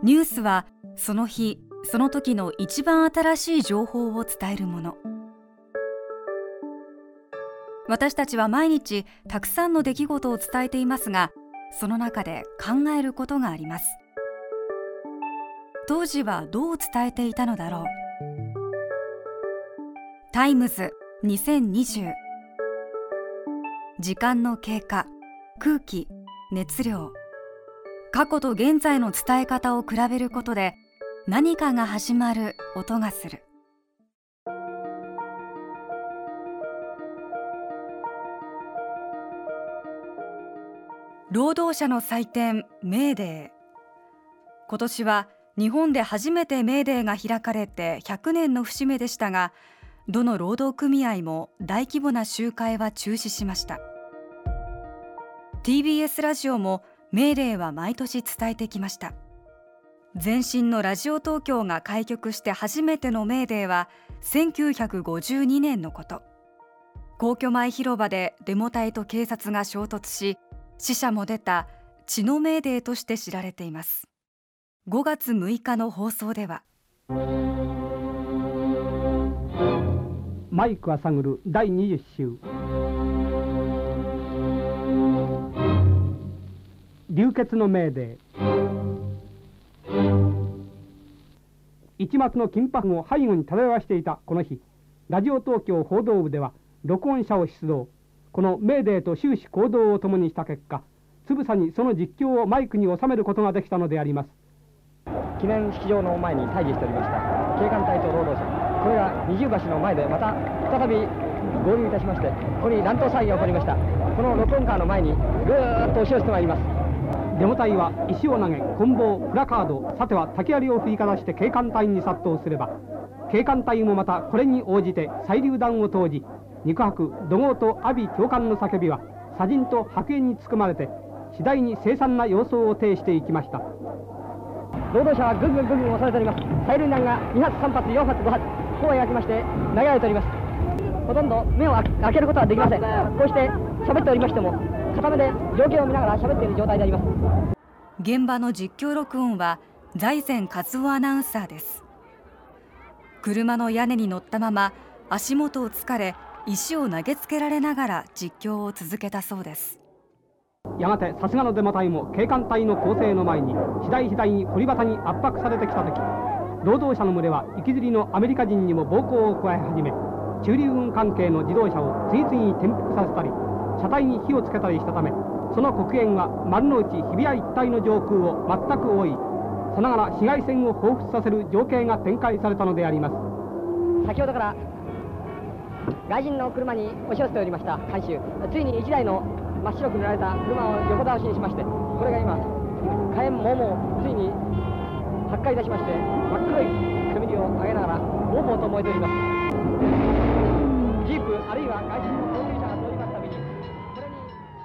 ニュースはその日その時の一番新しい情報を伝えるもの。私たちは毎日たくさんの出来事を伝えていますが、その中で考えることがあります。当時はどう伝えていたのだろう。タイムズ2020。時間の経過、空気、熱量。過去と現在の伝え方を比べることで何かが始まる音がする。労働者の祭典メーデー。今年は日本で初めてメーデーが開かれて100年の節目でしたが、どの労働組合も大規模な集会は中止しました。 TBS ラジオもメーデーは毎年伝えてきました。前身のラジオ東京が開局して初めてのメーデーは1952年のこと。皇居前広場でデモ隊と警察が衝突し、死者も出た血のメーデーとして知られています。5月6日の放送では、 マイクは探る第20週、流血のメーデー。一抹の緊迫を背後に漂わしていたこの日、ラジオ東京報道部では録音者を出動。このメーデーと終始行動を共にした結果、つぶさにその実況をマイクに収めることができたのであります。 記念式場の前に対峙しておりました警官隊と労働者、これが二重橋の前でまた再び合流いたしまして、ここに乱闘騒ぎが起こりました。この録音カーの前にぐーっと押し寄せてまいります。 デモ隊は石を投げ、棍棒、プラカード、さては竹槍を振りかざして警官隊に殺到すれば、警官隊もまたこれに応じて催涙弾を投じ、肉薄、怒号と阿鼻叫喚の叫びは砂塵と白煙に包まれて次第に凄惨な様相を呈していきました。 労働者はぐんぐん押されております。催涙弾が2発3発4発5発こう描きまして投げられております。ほとんど目を開けることはできません。こうして喋っておりましても片目で情景を見ながら喋っている状態であります。 現場の実況録音は財前和夫アナウンサーです。車の屋根に乗ったまま足元をつかれ、石を投げつけられながら実況を続けたそうです。 やがてさすがのデモ隊も警官隊の攻勢の前に次第に堀端に圧迫されてきた時、労働者の群れは行きずりのアメリカ人にも暴行を加え始め、駐留軍関係の自動車を次々に転覆させたり車体に火をつけたりしたため、その黒煙は丸の内日比谷一帯の上空を全く覆い、さながら紫外線を彷彿させる情景が展開されたのであります。 先ほどから外人の車に押し寄せておりました観衆、ついに1台の真っ白く塗られた車を横倒しにしまして、これが今火炎もついに発火いたしまして、真っ黒い煙を上げながらボーボーと燃えております。ジープあるいは外人の高級車が通りますたびに、これに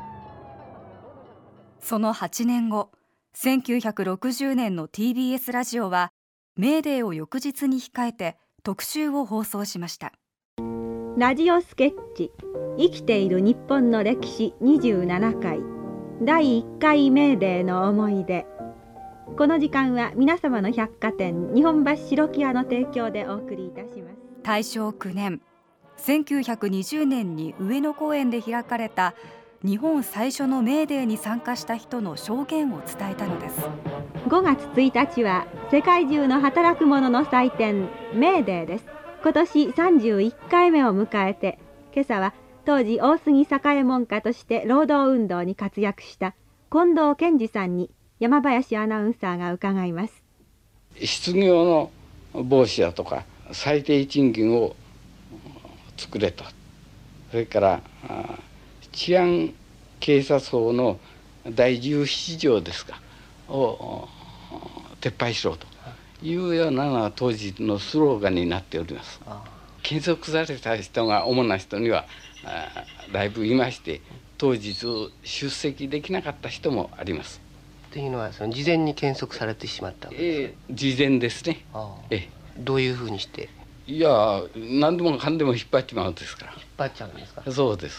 その8年後、1960年の TBS ラジオはメーデーを翌日に控えて特集を放送しました。 ラジオスケッチ、生きている日本の歴史27回第1回メーデーの思い出。この時間は皆様の百貨店日本橋白木屋の提供でお送りいたします。 大正9年1920年に上野公園で開かれた日本最初のメーデーに参加した人の証言を伝えたのです。 5月1日は世界中の働く者の祭典メーデーです。今年31回目を迎えて、今朝は当時大杉栄門下として労働運動に活躍した近藤健二さんに山林アナウンサーが伺います。 失業の防止だとか最低賃金を作れと、それから治安警察法の第17条ですかを撤廃しろというようなのが当時のスローガンになっております。検測された人が主な人にはだいぶいまして、当日出席できなかった人もあります。 というのはその事前に検測されてしまったわけですか。 事前ですね。 どういうふうにして。 いや何でもかんでも引っ張っちまうんですから。 引っ張っちゃうんですか。 そうです。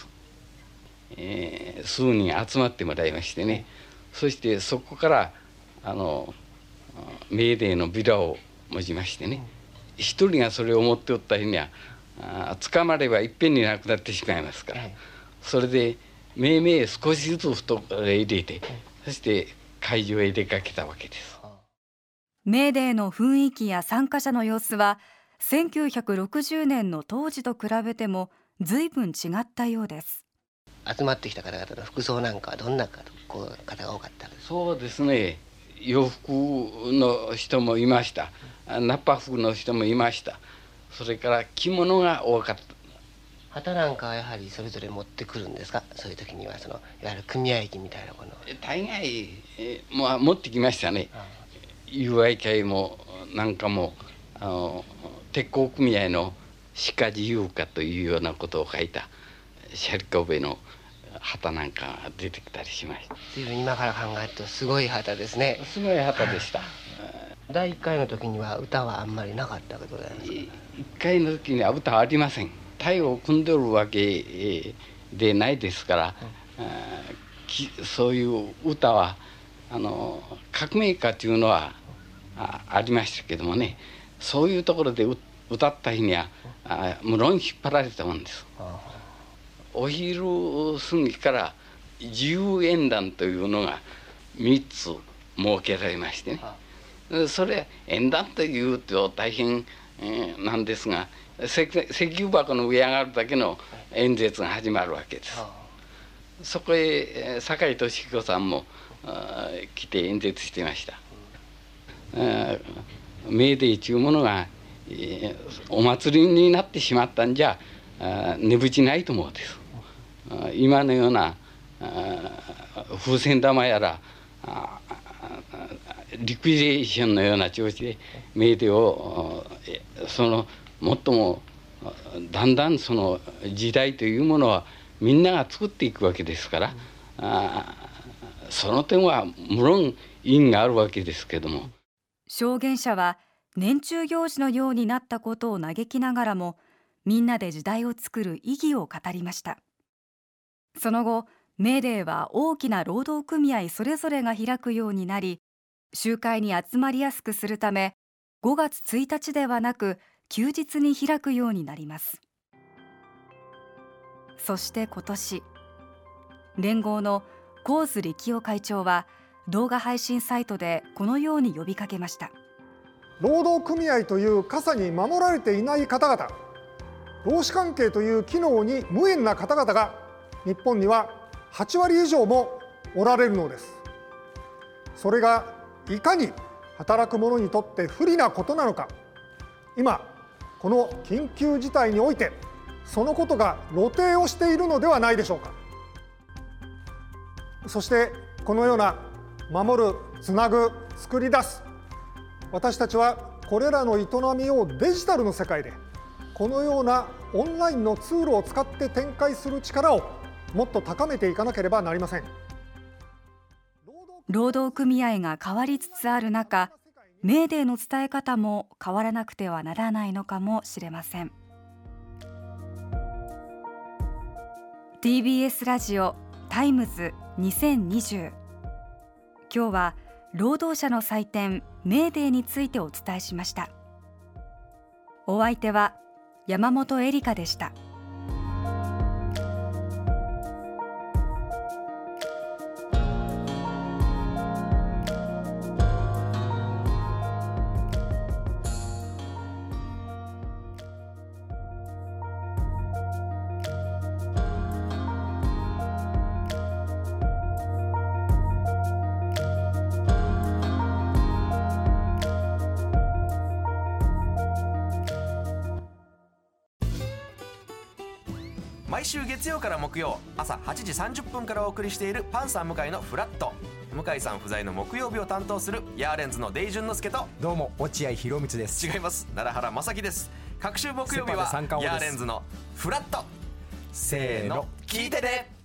数人集まってもらいましてね、そしてそこからメーデーのビラを持ちましてね、一人がそれを持っておった日には捕まればいっぺんになくなってしまいますから、それでめいめい少しずつ懐へ入れて、そして会場へ出かけたわけです。 メーデーの雰囲気や参加者の様子は1960年の当時と比べても随分違ったようです。 集まってきた方々の服装なんかはどんな方が多かったんですか？ そうですね、洋服の人もいました。ナッパ服の人もいました。それから着物が多かった。 旗なんかはやはりそれぞれ持ってくるんですか？そういう時にはいわゆる組合旗みたいなものを。 大概、持ってきましたね。友愛会もなんかも鉄鋼組合の歯科自由化というようなことを書いたシャリコベの旗なんかが出てきたりしました。 今から考えるとすごい旗ですね。 すごい旗でした。 第1回の時には歌はあんまりなかったわけでございます。 1回の時には歌はありません。隊を組んでおるわけでないですから、そういう歌は革命歌というのはありましたけどもね、そういうところで歌った日には無論引っ張られたもんです。お昼過ぎから自由演壇というのが3つ設けられましてね、それ演壇というと大変なんですが、石油箱の上上がるだけの演説が始まるわけです。そこへ酒井俊彦さんも来て演説していました。メーデーというものがお祭りになってしまったんじゃ値打ちないと思うんです。今のような風船玉やらリクイデーションのような調子でメーデーをもっともだんだんその時代というものはみんなが作っていくわけですから、その点は無論因があるわけですけども、 証言者は年中行事のようになったことを嘆きながらも、みんなで時代を作る意義を語りました。その後、メーデーは大きな労働組合それぞれが開くようになり、集会に集まりやすくするため5月1日ではなく休日に開くようになります。そして今年、連合の神津力夫会長は動画配信サイトでこのように呼びかけました。 労働組合という傘に守られていない方々、労使関係という機能に無縁な方々が日本には8割以上もおられるのです。それがいかに働く者にとって不利なことなのか、今この緊急事態においてそのことが露呈をしているのではないでしょうか。そしてこのような守る、つなぐ、作り出す、私たちはこれらの営みをデジタルの世界でこのようなオンラインのツールを使って展開する力をもっと高めていかなければなりません。 労働組合が変わりつつある中、メーデーの伝え方も変わらなくてはならないのかもしれません。 TBS ラジオタイムズ2020、今日は労働者の祭典メーデーについてお伝えしました。お相手は山本恵里香でした。 毎週月曜から木曜朝8時30分からお送りしているパンサー向井のフラット。向井さん不在の木曜日を担当するヤーレンズのデイジュンの之介と、 どうも落合博満です。 違います、奈良原正樹です。各週木曜日はヤーレンズのフラット。せーの、聞いてね。